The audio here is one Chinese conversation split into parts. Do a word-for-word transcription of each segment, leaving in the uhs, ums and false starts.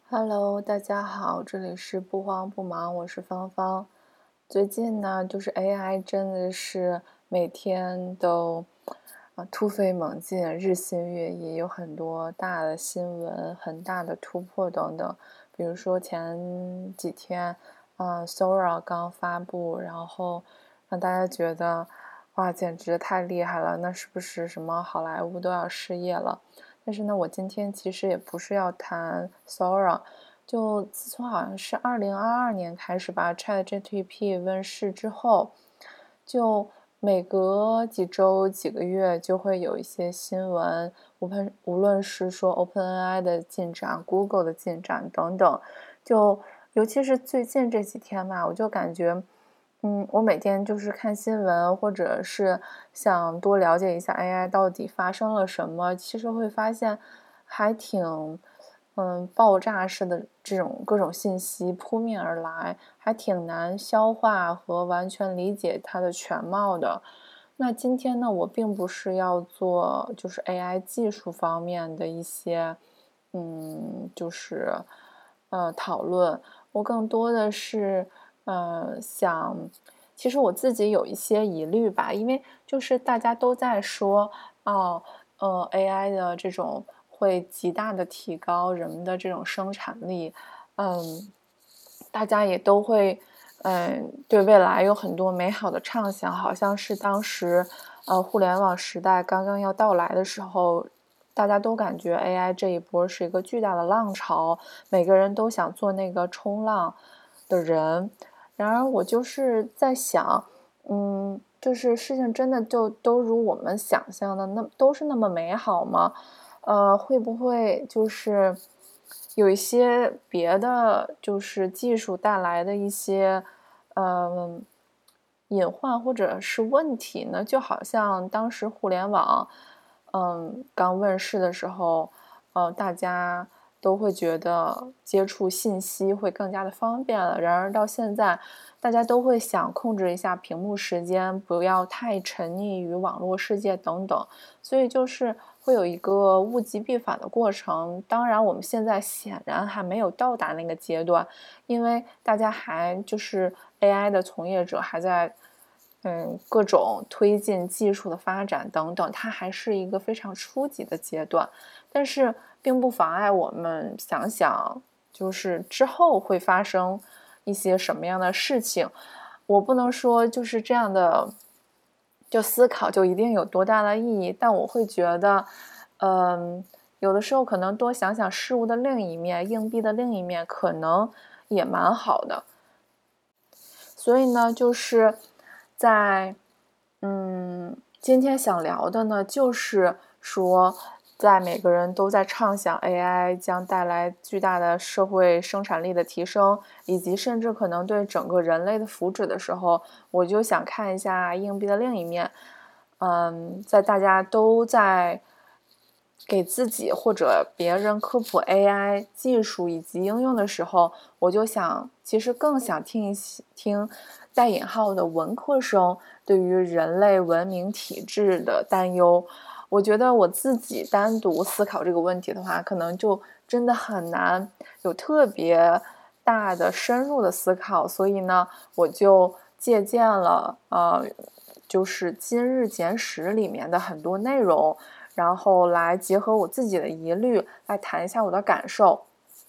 Hello，大家好，这里是不慌不忙，我是芳芳。最近呢，就是 A I 真的是每天都啊突飞猛进，日新月异，有很多大的新闻、很大的突破等等。比如说前几天，嗯，Sora 刚发布，然后让大家觉得哇，简直太厉害了，那是不是什么好莱坞都要失业了？但是呢，我今天其实也不是要谈 Sora，就自从好像是二零二二年开始吧，ChatGPT 问世之后，就每隔几周、几个月就会有一些新闻，无论无论是说 OpenAI 的进展、Google 的进展等等，就尤其是最近这几天吧，我就感觉。嗯，我每天就是看新闻，或者是想多了解一下 A I 到底发生了什么，其实会发现还挺，嗯，爆炸式的这种各种信息扑面而来，还挺难消化和完全理解它的全貌的。那今天呢，我并不是要做就是 A I 技术方面的一些，嗯，就是呃讨论，我更多的是。呃，想，其实我自己有一些疑虑吧，因为就是大家都在说，哦，呃，A I 的这种会极大的提高人们的这种生产力，嗯，大家也都会，嗯，对未来有很多美好的畅想，好像是当时，呃，互联网时代刚刚要到来的时候。大家都感觉 A I 这一波是一个巨大的浪潮，每个人都想做那个冲浪的人，然而我就是在想，嗯，就是事情真的就都如我们想象的那都是那么美好吗？呃，会不会就是有一些别的就是技术带来的一些呃隐患或者是问题呢？就好像当时互联网嗯刚问世的时候，呃，大家都会觉得接触信息会更加的方便了。然而到现在，大家都会想控制一下屏幕时间，不要太沉溺于网络世界等等。所以就是会有一个物极必反的过程。当然，我们现在显然还没有到达那个阶段，因为大家还就是 A I 的从业者还在。嗯，各种推进技术的发展等等，它还是一个非常初级的阶段。但是并不妨碍我们想想，就是之后会发生一些什么样的事情。我不能说就是这样的，就思考就一定有多大的意义，但我会觉得，嗯，有的时候可能多想想事物的另一面，硬币的另一面，可能也蛮好的。所以呢，就是在嗯，今天想聊的呢，就是说，在每个人都在畅想 A I 将带来巨大的社会生产力的提升，以及甚至可能对整个人类的福祉的时候，我就想看一下硬币的另一面。嗯，在大家都在给自己或者别人科普 A I 技术以及应用的时候，我就想，其实更想听一听带引号的文科生对于人类文明体制的担忧。我觉得我自己单独思考这个问题的话，可能就真的很难有特别大的深入的思考，所以呢，我就借鉴了呃，就是今日简史里面的很多内容，然后来结合我自己的疑虑来谈一下我的感受。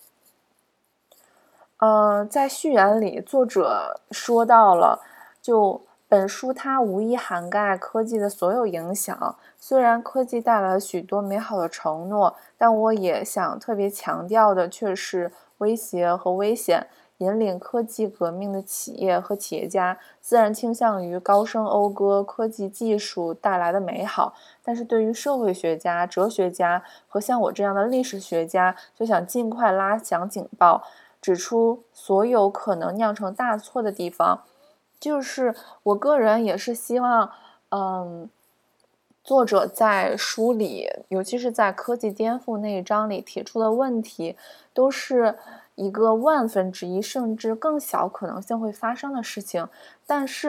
呃，在序言里，作者说到了，就本书它无疑涵盖科技的所有影响。虽然科技带来了许多美好的承诺，但我也想特别强调的却是威胁和危险。引领科技革命的企业和企业家自然倾向于高声讴歌科技技术带来的美好，但是对于社会学家、哲学家和像我这样的历史学家，就想尽快拉响警报。指出所有可能酿成大错的地方，就是我个人也是希望，嗯，作者在书里，尤其是在科技颠覆那一章里提出的问题，都是一个万分之一甚至更小可能性会发生的事情，但是，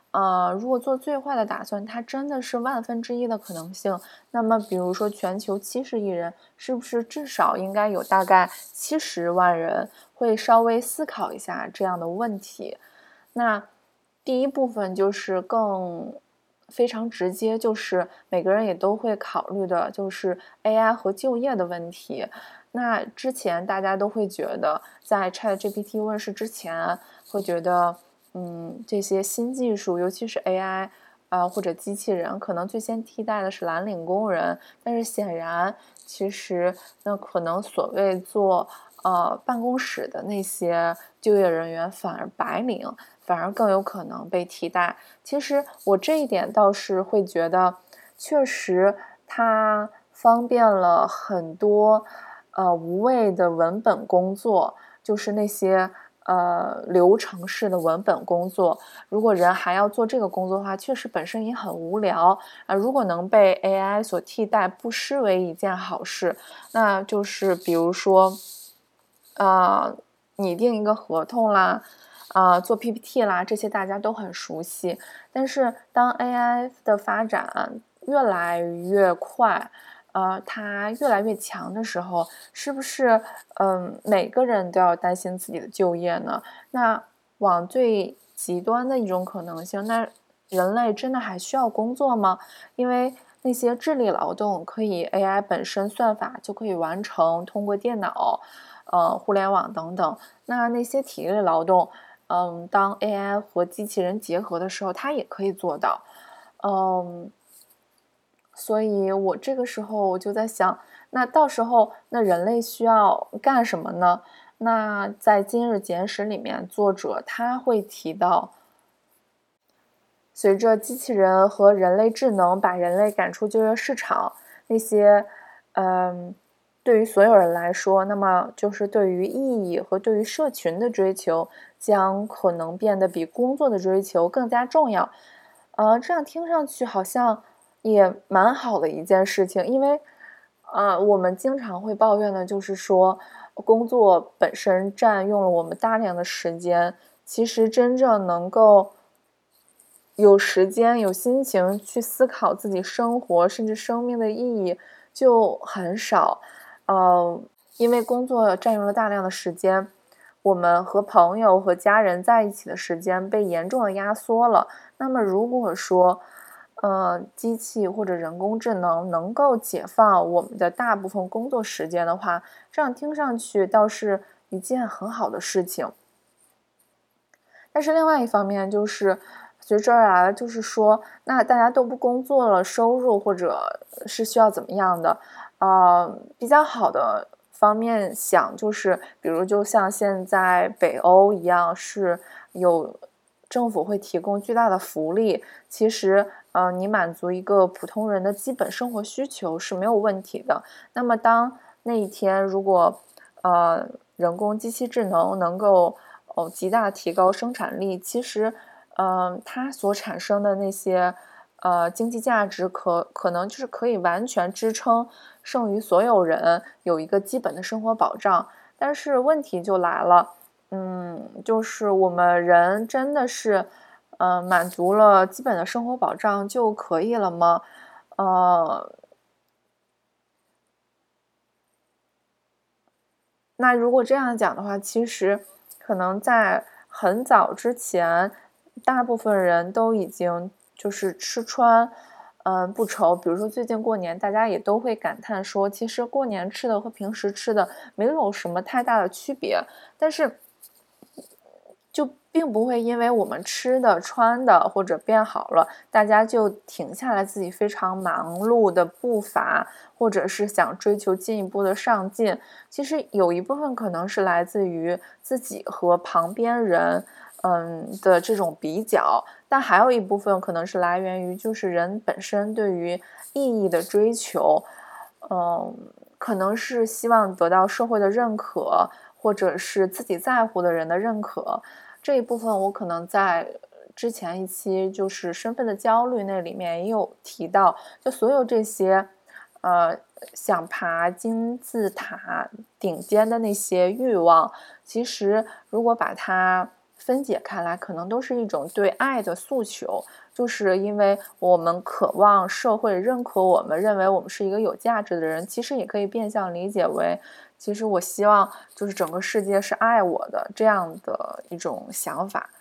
呃，如果做最坏的打算，它真的是万分之一的可能性，那么比如说全球七十亿人，是不是至少应该有大概七十万人会稍微思考一下这样的问题？那第一部分就是更非常直接，就是每个人也都会考虑的，就是 A I 和就业的问题。那之前大家都会觉得，在 ChatGPT 问世之前，会觉得，嗯，这些新技术，尤其是 A I，呃，或者机器人，可能最先替代的是蓝领工人。但是显然，其实那可能所谓做呃办公室的那些就业人员，反而白领反而更有可能被替代。其实我这一点倒是会觉得，确实它方便了很多呃无谓的文本工作，就是那些呃流程式的文本工作。如果人还要做这个工作的话，确实本身也很无聊啊、呃。如果能被 A I 所替代，不失为一件好事。那就是比如说，呃，拟定一个合同啦。啊、呃，做 P P T 啦，这些大家都很熟悉。但是当 A I 的发展越来越快，呃，它越来越强的时候，是不是嗯每个人都要担心自己的就业呢？那往最极端的一种可能性，那人类真的还需要工作吗？因为那些智力劳动可以 A I 本身算法就可以完成，通过电脑、呃互联网等等。那那些体力劳动，嗯，当 A I 和机器人结合的时候，它也可以做到。嗯，所以我这个时候我就在想，那到时候那人类需要干什么呢？那在今日简史里面，作者他会提到，随着机器人和人类智能把人类赶出就业市场，那些，嗯，对于所有人来说，那么就是对于意义和对于社群的追求，将可能变得比工作的追求更加重要。呃，这样听上去好像也蛮好的一件事情，因为，呃，我们经常会抱怨的就是说，工作本身占用了我们大量的时间，其实真正能够有时间、有心情去思考自己生活甚至生命的意义就很少。呃，因为工作占用了大量的时间，我们和朋友和家人在一起的时间被严重的压缩了。那么如果说，呃，机器或者人工智能能够解放我们的大部分工作时间的话，这样听上去倒是一件很好的事情。但是另外一方面就是随之而来的就是说，那大家都不工作了，收入或者是需要怎么样的？呃，比较好的方面想就是，比如就像现在北欧一样，是有政府会提供巨大的福利。其实，呃，你满足一个普通人的基本生活需求是没有问题的。那么当那一天如果呃人工机器智能能够哦，极大提高生产力，其实，嗯、呃，它所产生的那些，呃，经济价值可可能就是可以完全支撑剩余所有人有一个基本的生活保障。但是问题就来了，嗯，就是我们人真的是，呃，满足了基本的生活保障就可以了吗？呃，那如果这样讲的话，其实可能在很早之前，大部分人都已经就是吃穿，嗯，不愁。比如说最近过年，大家也都会感叹说，其实过年吃的和平时吃的没有什么太大的区别。但是就并不会因为我们吃的穿的或者变好了，大家就停下来自己非常忙碌的步伐，或者是想追求进一步的上进。其实有一部分可能是来自于自己和旁边人嗯的这种比较，但还有一部分可能是来源于就是人本身对于意义的追求。嗯，可能是希望得到社会的认可，或者是自己在乎的人的认可。这一部分我可能在之前一期就是身份的焦虑那里面也有提到，就所有这些呃想爬金字塔顶尖的那些欲望，其实如果把它分解开来，可能都是一种对爱的诉求，就是因为我们渴望社会认可我们，认为我们是一个有价值的人，其实也可以变相理解为，其实我希望就是整个世界是爱我的这样的一种想法。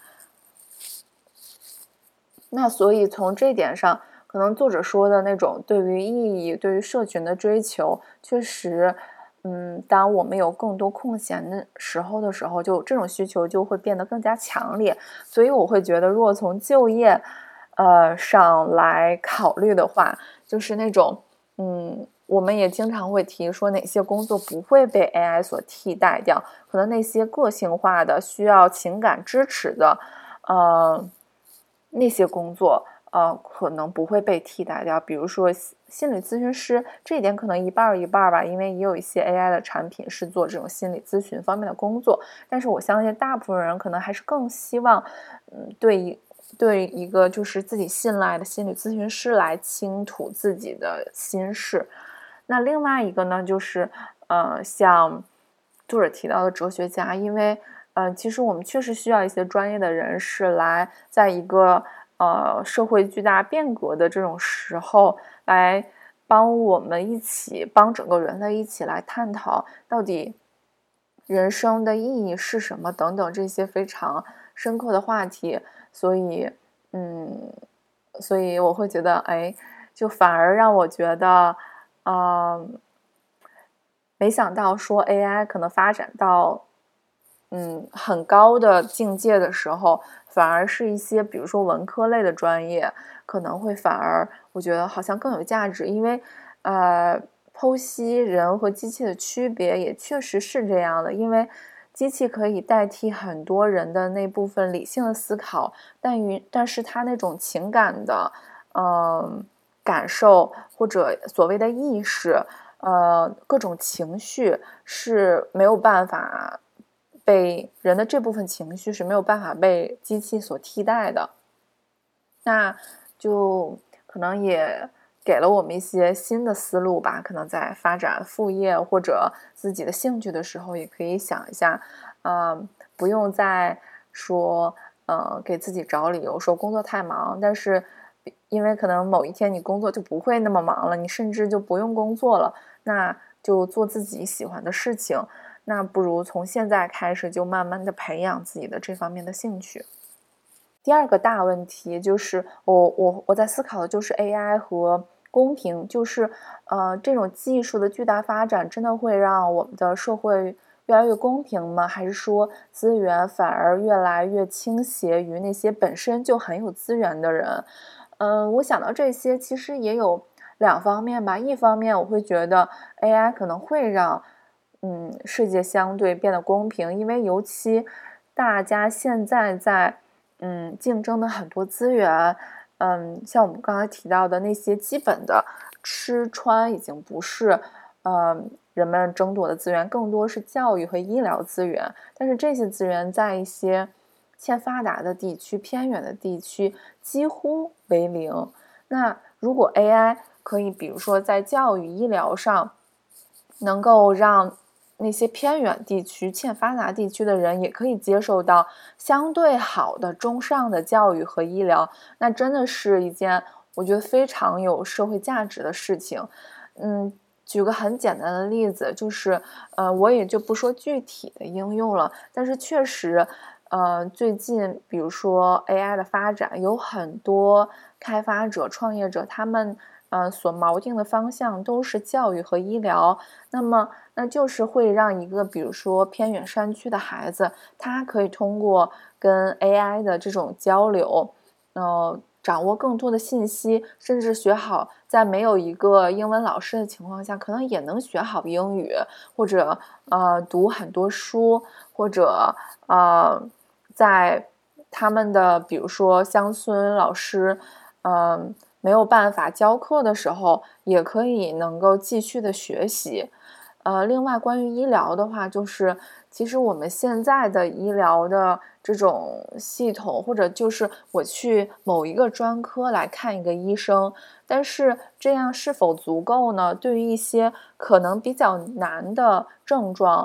那所以从这点上，可能作者说的那种对于意义、对于社群的追求，确实，嗯，当我们有更多空闲的时候的时候，就这种需求就会变得更加强烈。所以我会觉得，如果从就业，呃上来考虑的话，就是那种，嗯，我们也经常会提说哪些工作不会被 A I 所替代掉，可能那些个性化的、需要情感支持的，呃。那些工作呃可能不会被替代掉，比如说心理咨询师，这一点可能一半一半吧，因为也有一些 A I 的产品是做这种心理咨询方面的工作，但是我相信大部分人可能还是更希望嗯对对一个就是自己信赖的心理咨询师来倾吐自己的心事。那另外一个呢，就是呃像作者提到的哲学家，因为呃，其实我们确实需要一些专业的人士来，在一个呃社会巨大变革的这种时候，来帮我们一起，帮整个人类一起来探讨到底人生的意义是什么等等这些非常深刻的话题。所以，嗯，所以我会觉得，哎，就反而让我觉得，呃，没想到说 A I 可能发展到。嗯，很高的境界的时候，反而是一些比如说文科类的专业，可能会反而我觉得好像更有价值，因为呃，剖析人和机器的区别也确实是这样的，因为机器可以代替很多人的那部分理性的思考，但于但是它那种情感的呃感受或者所谓的意识，呃各种情绪是没有办法。被人的这部分情绪是没有办法被机器所替代的，那就可能也给了我们一些新的思路吧。可能在发展副业或者自己的兴趣的时候，也可以想一下，呃，不用再说，呃，给自己找理由说工作太忙，但是因为可能某一天你工作就不会那么忙了，你甚至就不用工作了，那就做自己喜欢的事情。那不如从现在开始就慢慢的培养自己的这方面的兴趣。第二个大问题就是我我我在思考的就是 A I 和公平，就是呃这种技术的巨大发展真的会让我们的社会越来越公平吗？还是说资源反而越来越倾斜于那些本身就很有资源的人？嗯、呃，我想到这些其实也有两方面吧。一方面我会觉得 A I 可能会让嗯，世界相对变得公平，因为尤其大家现在在嗯竞争的很多资源，嗯，像我们刚才提到的那些基本的吃穿，已经不是呃人们争夺的资源，更多是教育和医疗资源。但是这些资源在一些欠发达的地区、偏远的地区几乎为零。那如果 A I 可以，比如说在教育、医疗上，能够让那些偏远地区、欠发达地区的人也可以接受到相对好的中上的教育和医疗，那真的是一件我觉得非常有社会价值的事情。嗯，举个很简单的例子，就是呃，我也就不说具体的应用了，但是确实，呃，最近比如说 A I 的发展，有很多开发者、创业者，他们呃所锚定的方向都是教育和医疗。那么那就是会让一个比如说偏远山区的孩子，他可以通过跟 A I 的这种交流，呃，掌握更多的信息，甚至学好，在没有一个英文老师的情况下，可能也能学好英语，或者呃读很多书，或者呃在他们的比如说乡村老师，嗯、呃。没有办法教课的时候，也可以能够继续的学习。呃，另外关于医疗的话，就是其实我们现在的医疗的这种系统，或者就是我去某一个专科来看一个医生，但是这样是否足够呢？对于一些可能比较难的症状，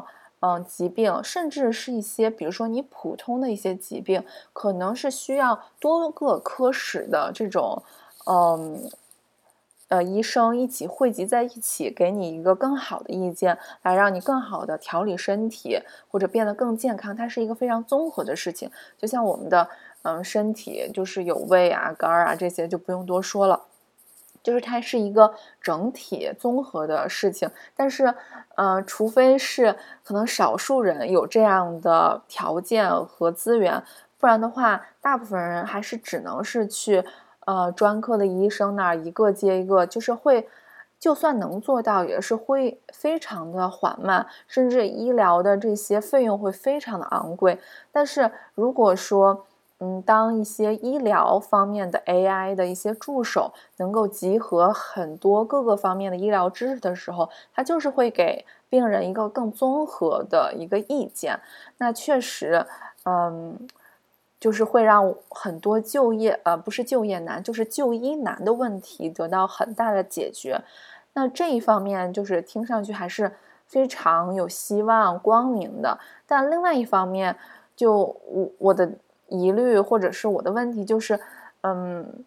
嗯疾病，甚至是一些比如说你普通的一些疾病，可能是需要多个科室的这种嗯。呃，医生一起汇集在一起，给你一个更好的意见，来让你更好的调理身体，或者变得更健康。它是一个非常综合的事情，就像我们的嗯身体，就是有胃啊、肝啊这些就不用多说了。就是它是一个整体综合的事情，但是，呃，除非是可能少数人有这样的条件和资源，不然的话，大部分人还是只能是去呃专科的医生那儿一个接一个，就是会，就算能做到，也是会非常的缓慢，甚至医疗的这些费用会非常的昂贵。但是如果说，嗯，当一些医疗方面的 A I 的一些助手能够集合很多各个方面的医疗知识的时候，它就是会给病人一个更综合的一个意见。那确实，嗯，就是会让很多就业，呃，不是就业难，就是就医难的问题得到很大的解决。那这一方面就是听上去还是非常有希望、光明的。但另外一方面，就我我的疑虑或者是我的问题就是，嗯，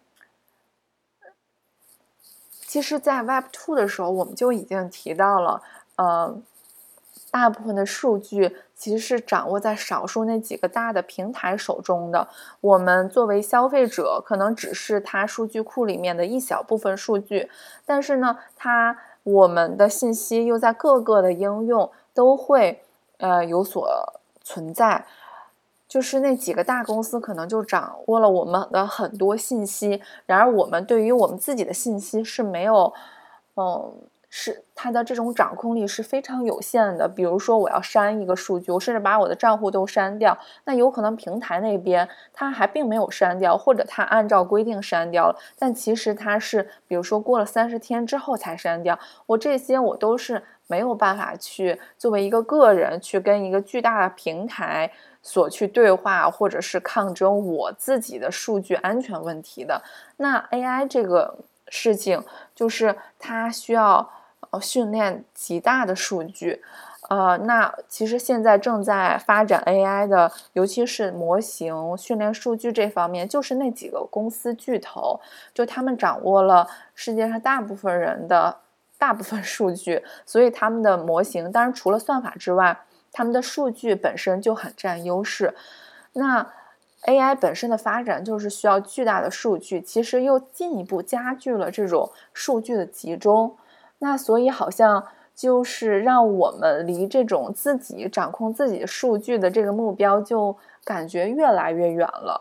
其实在 Web 二 的时候，我们就已经提到了，呃，大部分的数据其实是掌握在少数那几个大的平台手中的。我们作为消费者，可能只是它数据库里面的一小部分数据，但是呢，它我们的信息又在各个的应用都会呃有所存在。就是那几个大公司可能就掌握了我们的很多信息，然而我们对于我们自己的信息是没有，嗯，是它的这种掌控力是非常有限的。比如说我要删一个数据，我甚至把我的账户都删掉，那有可能平台那边它还并没有删掉，或者它按照规定删掉了，但其实它是比如说过了三十天之后才删掉。我这些我都是没有办法去作为一个个人去跟一个巨大的平台所去对话，或者是抗争我自己的数据安全问题的。那 A I 这个事情就是它需要呃训练极大的数据，呃，那其实现在正在发展 A I 的，尤其是模型训练数据这方面，就是那几个公司巨头，就他们掌握了世界上大部分人的大部分数据，所以他们的模型，当然除了算法之外，他们的数据本身就很占优势。那 A I 本身的发展就是需要巨大的数据，其实又进一步加剧了这种数据的集中。那所以好像就是让我们离这种自己掌控自己数据的这个目标就感觉越来越远了。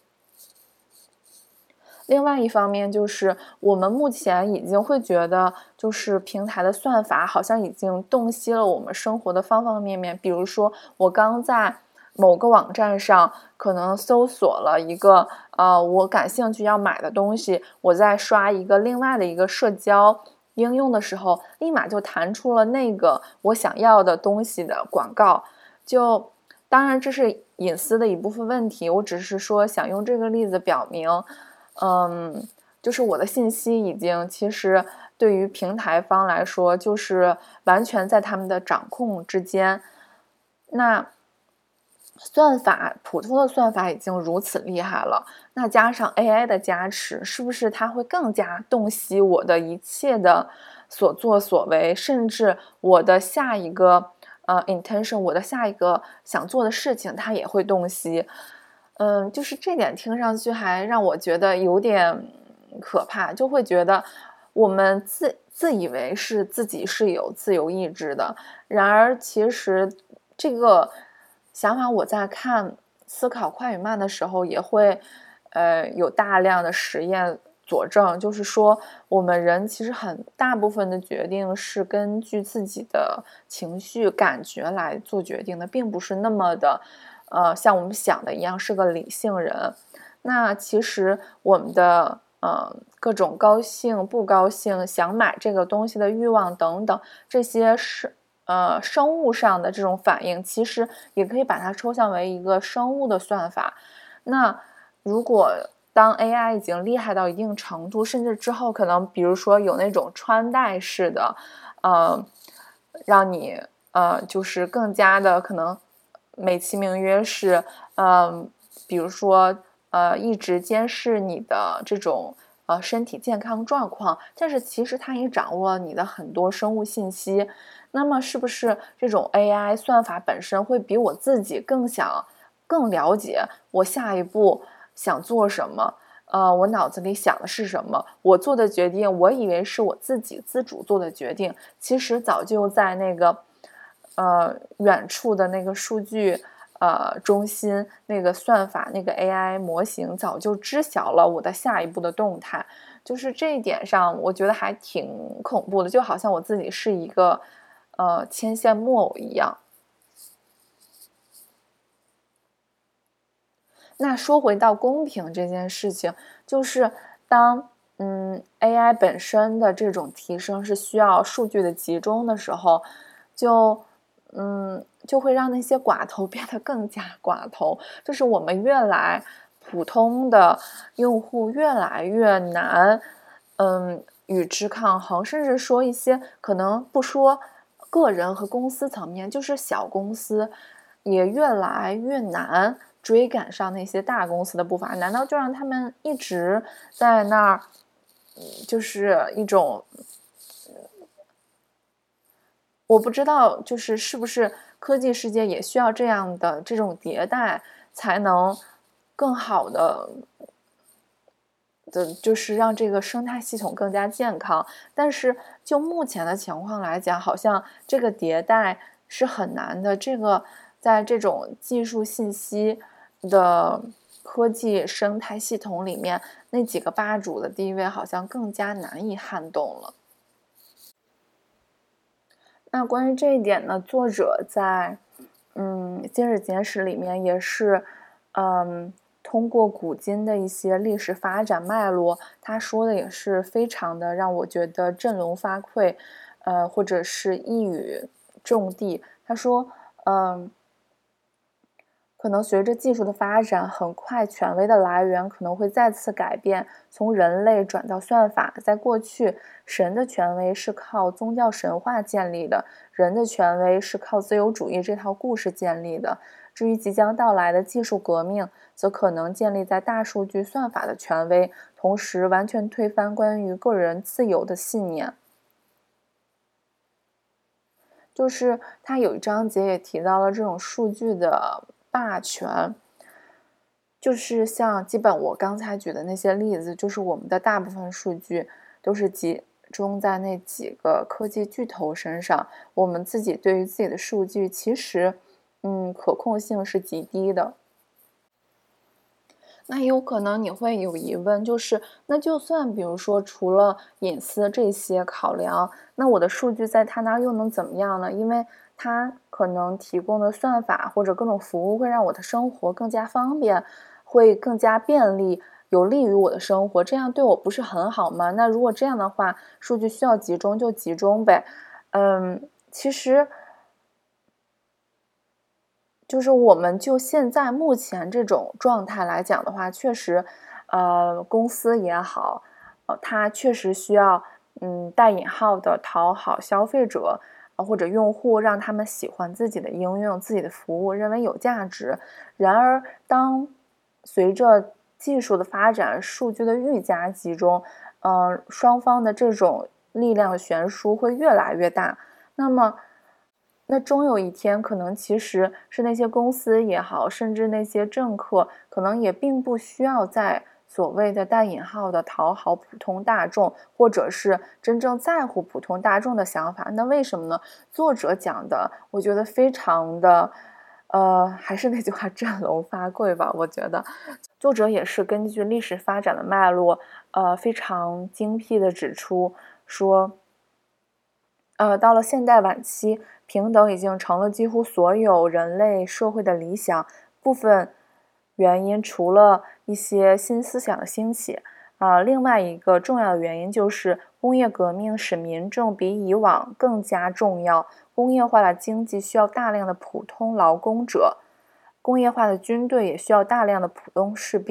另外一方面就是我们目前已经会觉得，就是平台的算法好像已经洞悉了我们生活的方方面面。比如说我刚在某个网站上可能搜索了一个呃我感兴趣要买的东西，我在刷一个另外的一个社交应用的时候，立马就弹出了那个我想要的东西的广告。就当然这是隐私的一部分问题，我只是说想用这个例子表明，嗯，就是我的信息已经其实对于平台方来说，就是完全在他们的掌控之间。那算法，普通的算法已经如此厉害了，那加上 A I 的加持，是不是它会更加洞悉我的一切的所作所为，甚至我的下一个呃 intention， 我的下一个想做的事情，它也会洞悉。嗯，就是这点听上去还让我觉得有点可怕，就会觉得我们自自以为是自己是有自由意志的，然而其实这个想法我在看《思考快与慢》的时候也会呃有大量的实验佐证，就是说我们人其实很大部分的决定是根据自己的情绪感觉来做决定的，并不是那么的呃像我们想的一样是个理性人。那其实我们的呃各种高兴不高兴想买这个东西的欲望等等，这些是呃生物上的这种反应，其实也可以把它抽象为一个生物的算法。那如果当 A I 已经厉害到一定程度，甚至之后可能比如说有那种穿戴式的呃让你呃，就是更加的可能美其名曰是，呃，比如说呃，一直监视你的这种呃身体健康状况，但是其实它也掌握了你的很多生物信息。那么是不是这种 A I 算法本身会比我自己更想更了解我下一步想做什么？呃，我脑子里想的是什么？我做的决定，我以为是我自己自主做的决定，其实早就在那个呃远处的那个数据呃中心那个算法那个 A I 模型早就知晓了我的下一步的动态。就是这一点上，我觉得还挺恐怖的，就好像我自己是一个呃牵线木偶一样。那说回到公平这件事情，就是当嗯 A I 本身的这种提升是需要数据的集中的时候，就嗯就会让那些寡头变得更加寡头，就是我们越来普通的用户越来越难嗯与之抗衡，甚至说一些可能不说个人和公司层面，就是小公司也越来越难追赶上那些大公司的步伐。难道就让他们一直在那儿，就是一种，我不知道，就是是不是科技世界也需要这样的这种迭代，才能更好的的就是让这个生态系统更加健康。但是就目前的情况来讲，好像这个迭代是很难的。这个在这种技术信息的科技生态系统里面，那几个霸主的地位好像更加难以撼动了。那关于这一点呢，作者在嗯《今日简史》里面也是嗯通过古今的一些历史发展脉络，他说的也是非常的让我觉得振聋发聩，呃，或者是一语中的。他说，嗯。可能随着技术的发展，很快权威的来源可能会再次改变，从人类转到算法。在过去，神的权威是靠宗教神话建立的，人的权威是靠自由主义这套故事建立的。至于即将到来的技术革命，则可能建立在大数据算法的权威，同时完全推翻关于个人自由的信念。就是他有一章节也提到了这种数据的霸权，就是像基本我刚才举的那些例子，就是我们的大部分数据都是集中在那几个科技巨头身上，我们自己对于自己的数据其实嗯可控性是极低的。那有可能你会有疑问，就是那就算比如说除了隐私这些考量，那我的数据在他那儿又能怎么样呢？因为他可能提供的算法或者各种服务会让我的生活更加方便，会更加便利，有利于我的生活，这样对我不是很好吗？那如果这样的话，数据需要集中就集中呗。嗯，其实。就是我们就现在目前这种状态来讲的话，确实，呃，公司也好，呃，它确实需要，嗯，带引号的讨好消费者，呃，或者用户，让他们喜欢自己的应用、自己的服务，认为有价值。然而，当随着技术的发展，数据的愈加集中，呃，双方的这种力量的悬殊会越来越大。那么，那终有一天，可能其实是那些公司也好，甚至那些政客，可能也并不需要在所谓的带引号的讨好普通大众，或者是真正在乎普通大众的想法。那为什么呢？作者讲的，我觉得非常的，呃，还是那句话，振聋发聩吧。我觉得，作者也是根据历史发展的脉络，呃，非常精辟的指出说。呃，到了现代晚期，平等已经成了几乎所有人类社会的理想。部分原因除了一些新思想的兴起，啊、呃，另外一个重要的原因就是工业革命使民众比以往更加重要。工业化的经济需要大量的普通劳工者，工业化的军队也需要大量的普通士兵。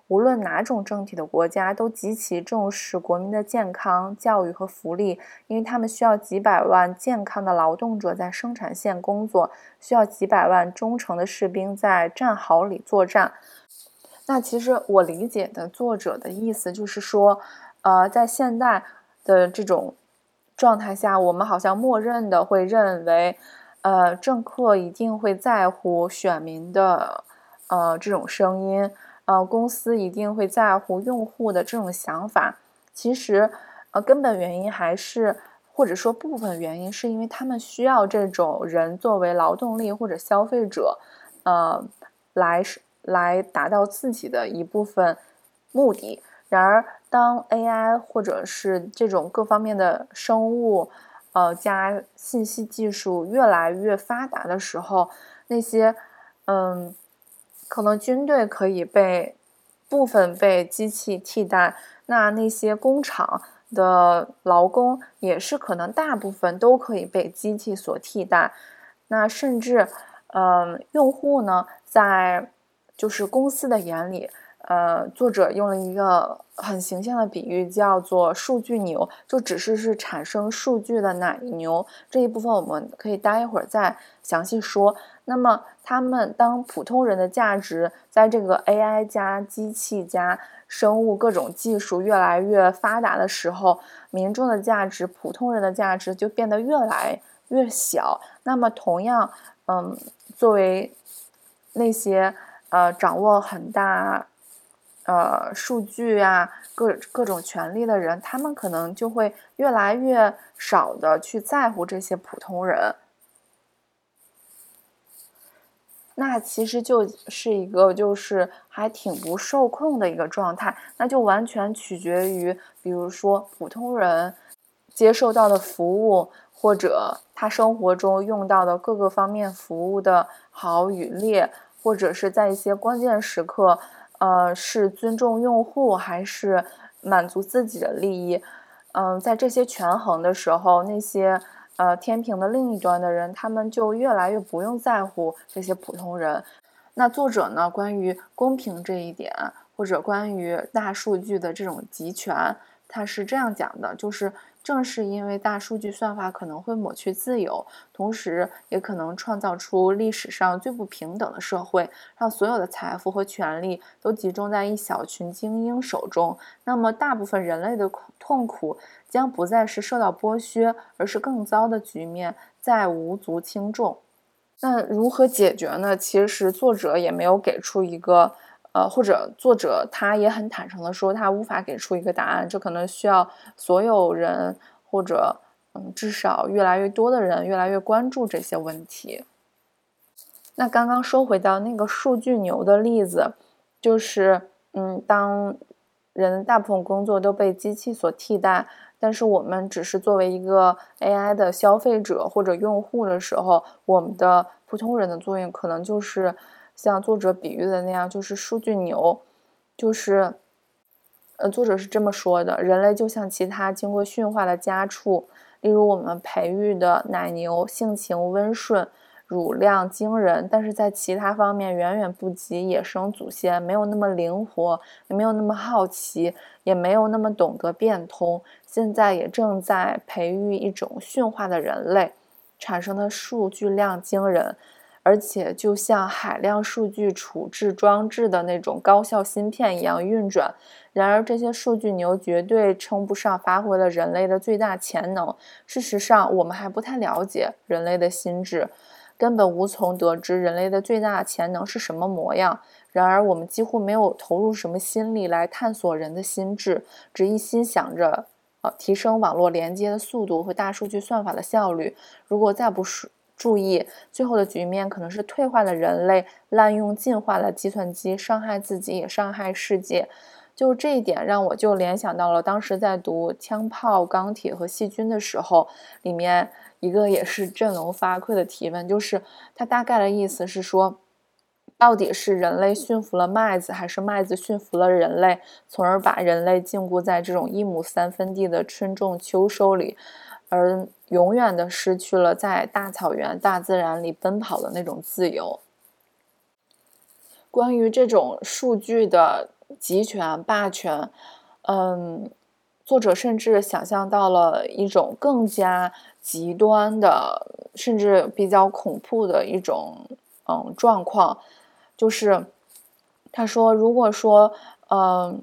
无论哪种政体的国家都极其重视国民的健康、教育和福利，因为他们需要几百万健康的劳动者在生产线工作，需要几百万忠诚的士兵在战壕里作战。那其实我理解的作者的意思就是说，呃，在现代的这种状态下，我们好像默认的会认为，呃，政客一定会在乎选民的呃这种声音，呃，公司一定会在乎用户的这种想法。其实，呃，根本原因还是，或者说部分原因，是因为他们需要这种人作为劳动力或者消费者，呃，来来达到自己的一部分目的。然而，当 A I 或者是这种各方面的生物，呃，加信息技术越来越发达的时候，那些，嗯，可能军队可以被部分被机器替代，那那些工厂的劳工也是可能大部分都可以被机器所替代。那甚至，呃，用户呢，在就是公司的眼里，呃，作者用了一个很形象的比喻，叫做数据牛，就只是是产生数据的奶牛。这一部分我们可以待一会儿再详细说。那么他们当普通人的价值在这个 A I 加机器加生物各种技术越来越发达的时候，民众的价值、普通人的价值就变得越来越小。那么同样，嗯，作为那些呃掌握很大呃数据啊各各种权利的人，他们可能就会越来越少的去在乎这些普通人。那其实就是一个就是还挺不受控的一个状态，那就完全取决于，比如说普通人接受到的服务，或者他生活中用到的各个方面服务的好与劣，或者是在一些关键时刻，呃，是尊重用户还是满足自己的利益。嗯，在这些权衡的时候，那些呃天平的另一端的人，他们就越来越不用在乎这些普通人。那作者呢，关于公平这一点，或者关于大数据的这种集权，他是这样讲的，就是正是因为大数据算法可能会抹去自由，同时也可能创造出历史上最不平等的社会，让所有的财富和权利都集中在一小群精英手中，那么大部分人类的痛苦将不再是受到剥削，而是更糟的局面，再无足轻重。那如何解决呢？其实作者也没有给出一个，呃，或者作者他也很坦诚的说，他无法给出一个答案，这可能需要所有人，或者嗯，至少越来越多的人越来越关注这些问题。那刚刚说回到那个数据牛的例子，就是嗯，当人大部分工作都被机器所替代，但是我们只是作为一个 A I 的消费者或者用户的时候，我们的普通人的作用可能就是像作者比喻的那样，就是数据牛，就是呃，作者是这么说的，人类就像其他经过驯化的家畜，例如我们培育的奶牛，性情温顺，乳量惊人，但是在其他方面远远不及野生祖先，没有那么灵活，也没有那么好奇，也没有那么懂得变通。现在也正在培育一种驯化的人类，产生的数据量惊人，而且就像海量数据处置装置的那种高效芯片一样运转。然而这些数据牛绝对称不上发挥了人类的最大潜能。事实上，我们还不太了解人类的心智，根本无从得知人类的最大潜能是什么模样。然而我们几乎没有投入什么心力来探索人的心智，只一心想着呃，提升网络连接的速度和大数据算法的效率。如果再不注意，最后的局面可能是退化的人类滥用进化了计算机，伤害自己也伤害世界。就这一点让我就联想到了当时在读《枪炮、钢铁和细菌》的时候，里面一个也是振聋发聩的提问，就是它大概的意思是说，到底是人类驯服了麦子，还是麦子驯服了人类，从而把人类禁锢在这种一亩三分地的春种秋收里，而永远的失去了在大草原、大自然里奔跑的那种自由。关于这种数据的集权、霸权，嗯，作者甚至想象到了一种更加极端的，甚至比较恐怖的一种嗯状况，就是他说，如果说嗯。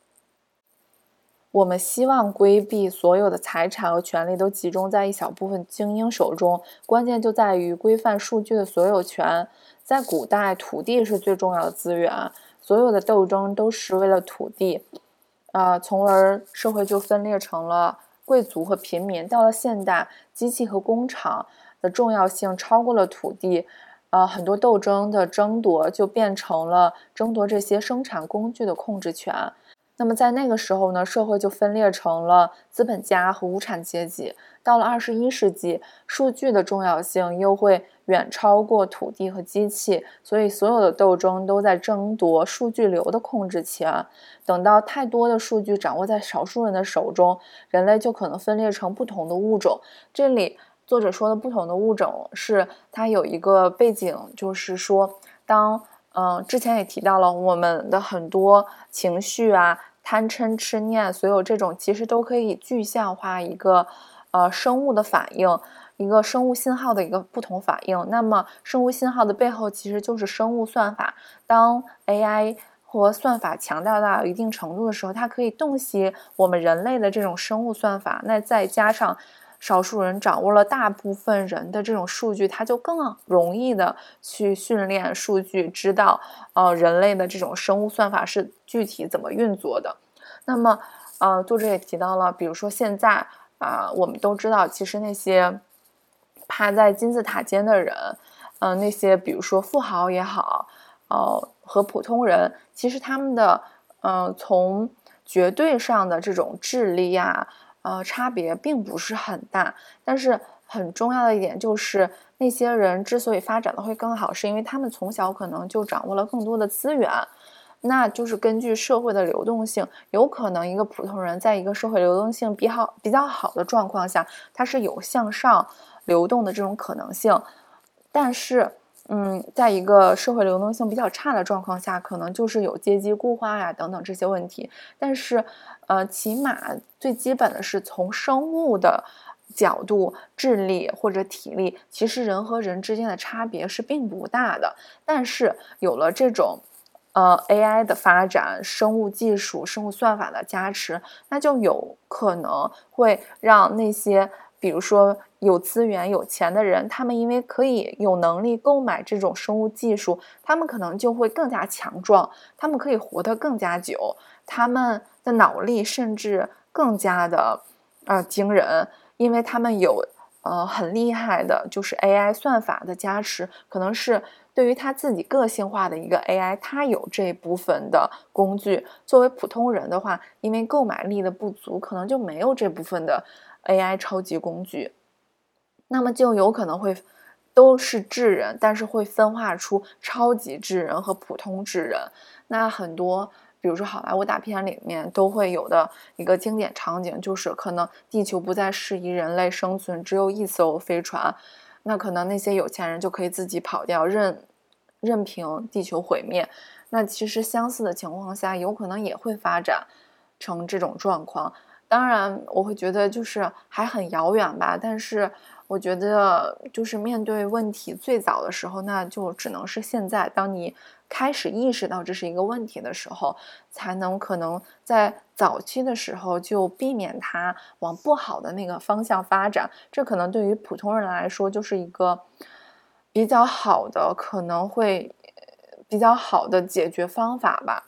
我们希望规避所有的财产和权利都集中在一小部分精英手中，关键就在于规范数据的所有权。在古代，土地是最重要的资源，所有的斗争都是为了土地，啊、呃，从而社会就分裂成了贵族和平民。到了现代，机器和工厂的重要性超过了土地，呃，很多斗争的争夺就变成了争夺这些生产工具的控制权。那么在那个时候呢，社会就分裂成了资本家和无产阶级。到了二十一世纪，数据的重要性又会远超过土地和机器，所以所有的斗争都在争夺数据流的控制权。等到太多的数据掌握在少数人的手中，人类就可能分裂成不同的物种。这里作者说的不同的物种是它有一个背景，就是说当嗯、呃，之前也提到了我们的很多情绪啊，贪嗔痴念，所有这种其实都可以具象化一个呃生物的反应，一个生物信号的一个不同反应。那么生物信号的背后其实就是生物算法。当 A I 或算法强大到一定程度的时候，它可以洞悉我们人类的这种生物算法。那再加上少数人掌握了大部分人的这种数据，它就更容易的去训练数据，知道呃人类的这种生物算法是具体怎么运作的。那么呃作者也提到了，比如说现在啊、呃，我们都知道，其实那些趴在金字塔尖的人，呃那些比如说富豪也好，呃和普通人，其实他们的呃从绝对上的这种智力呀、啊。呃，差别并不是很大，但是很重要的一点就是，那些人之所以发展的会更好，是因为他们从小可能就掌握了更多的资源。那就是根据社会的流动性，有可能一个普通人在一个社会流动性比好比较好的状况下，他是有向上流动的这种可能性，但是。嗯，在一个社会流动性比较差的状况下，可能就是有阶级固化呀等等这些问题。但是，呃，起码最基本的是从生物的角度，智力或者体力，其实人和人之间的差别是并不大的。但是有了这种呃 A I 的发展，生物技术、生物算法的加持，那就有可能会让那些比如说有资源有钱的人，他们因为可以有能力购买这种生物技术，他们可能就会更加强壮，他们可以活得更加久，他们的脑力甚至更加的呃惊人，因为他们有呃很厉害的就是 A I 算法的加持，可能是对于他自己个性化的一个 A I， 他有这部分的工具。作为普通人的话，因为购买力的不足，可能就没有这部分的A I 超级工具，那么就有可能会都是智人，但是会分化出超级智人和普通智人。那很多比如说好莱坞大片里面都会有的一个经典场景，就是可能地球不再适宜人类生存，只有一艘飞船，那可能那些有钱人就可以自己跑掉，任任凭地球毁灭。那其实相似的情况下，有可能也会发展成这种状况。当然我会觉得就是还很遥远吧，但是我觉得就是面对问题最早的时候，那就只能是现在，当你开始意识到这是一个问题的时候，才能可能在早期的时候就避免它往不好的那个方向发展。这可能对于普通人来说就是一个比较好的，可能会比较好的解决方法吧。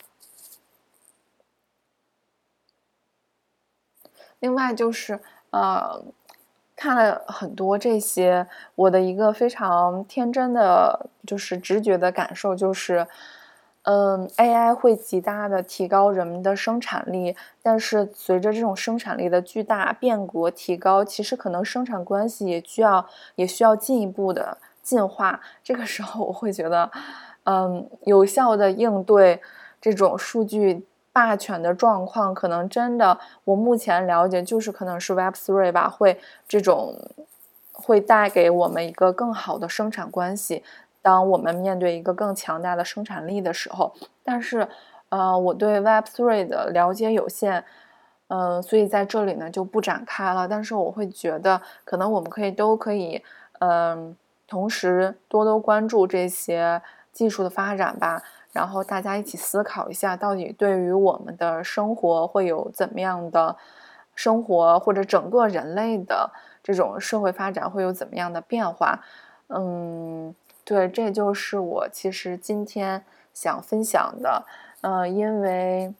另外就是呃，看了很多这些，我的一个非常天真的就是直觉的感受就是，嗯，A I 会极大的提高人们的生产力，但是随着这种生产力的巨大变革提高，其实可能生产关系也需要也需要进一步的进化。这个时候我会觉得，嗯，有效的应对这种数据霸权的状况，可能真的我目前了解就是可能是 Web 三 吧，会这种会带给我们一个更好的生产关系。当我们面对一个更强大的生产力的时候，但是呃，我对 Web 三 的了解有限，嗯、呃，所以在这里呢就不展开了。但是我会觉得，可能我们可以都可以，嗯、呃，同时多多关注这些技术的发展吧，然后大家一起思考一下，到底对于我们的生活会有怎么样的生活，或者整个人类的这种社会发展会有怎么样的变化。嗯，对，这就是我其实今天想分享的。呃，因为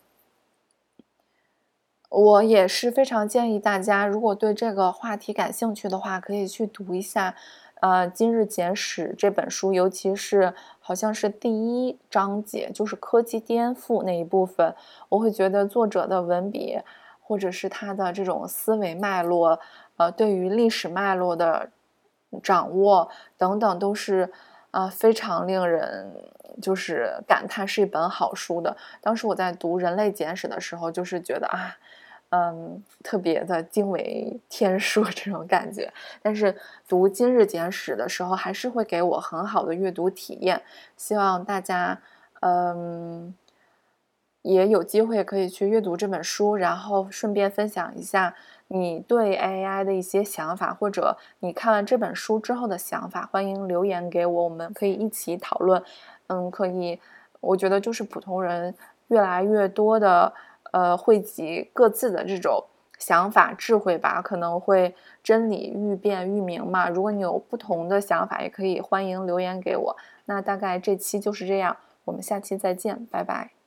我也是非常建议大家，如果对这个话题感兴趣的话，可以去读一下，呃，《今日简史》这本书，尤其是好像是第一章节，就是科技颠覆那一部分，我会觉得作者的文笔，或者是他的这种思维脉络，呃，对于历史脉络的掌握等等，都是呃非常令人就是感叹是一本好书的。当时我在读《人类简史》的时候，就是觉得啊。嗯，特别的惊为天书这种感觉，但是读《今日简史》的时候，还是会给我很好的阅读体验。希望大家，嗯，也有机会可以去阅读这本书，然后顺便分享一下你对 A I 的一些想法，或者你看完这本书之后的想法，欢迎留言给我，我们可以一起讨论。嗯，可以，我觉得就是普通人越来越多的，呃，汇集各自的这种想法、智慧吧，可能会真理愈辩愈明嘛。如果你有不同的想法，也可以欢迎留言给我。那大概这期就是这样，我们下期再见，拜拜。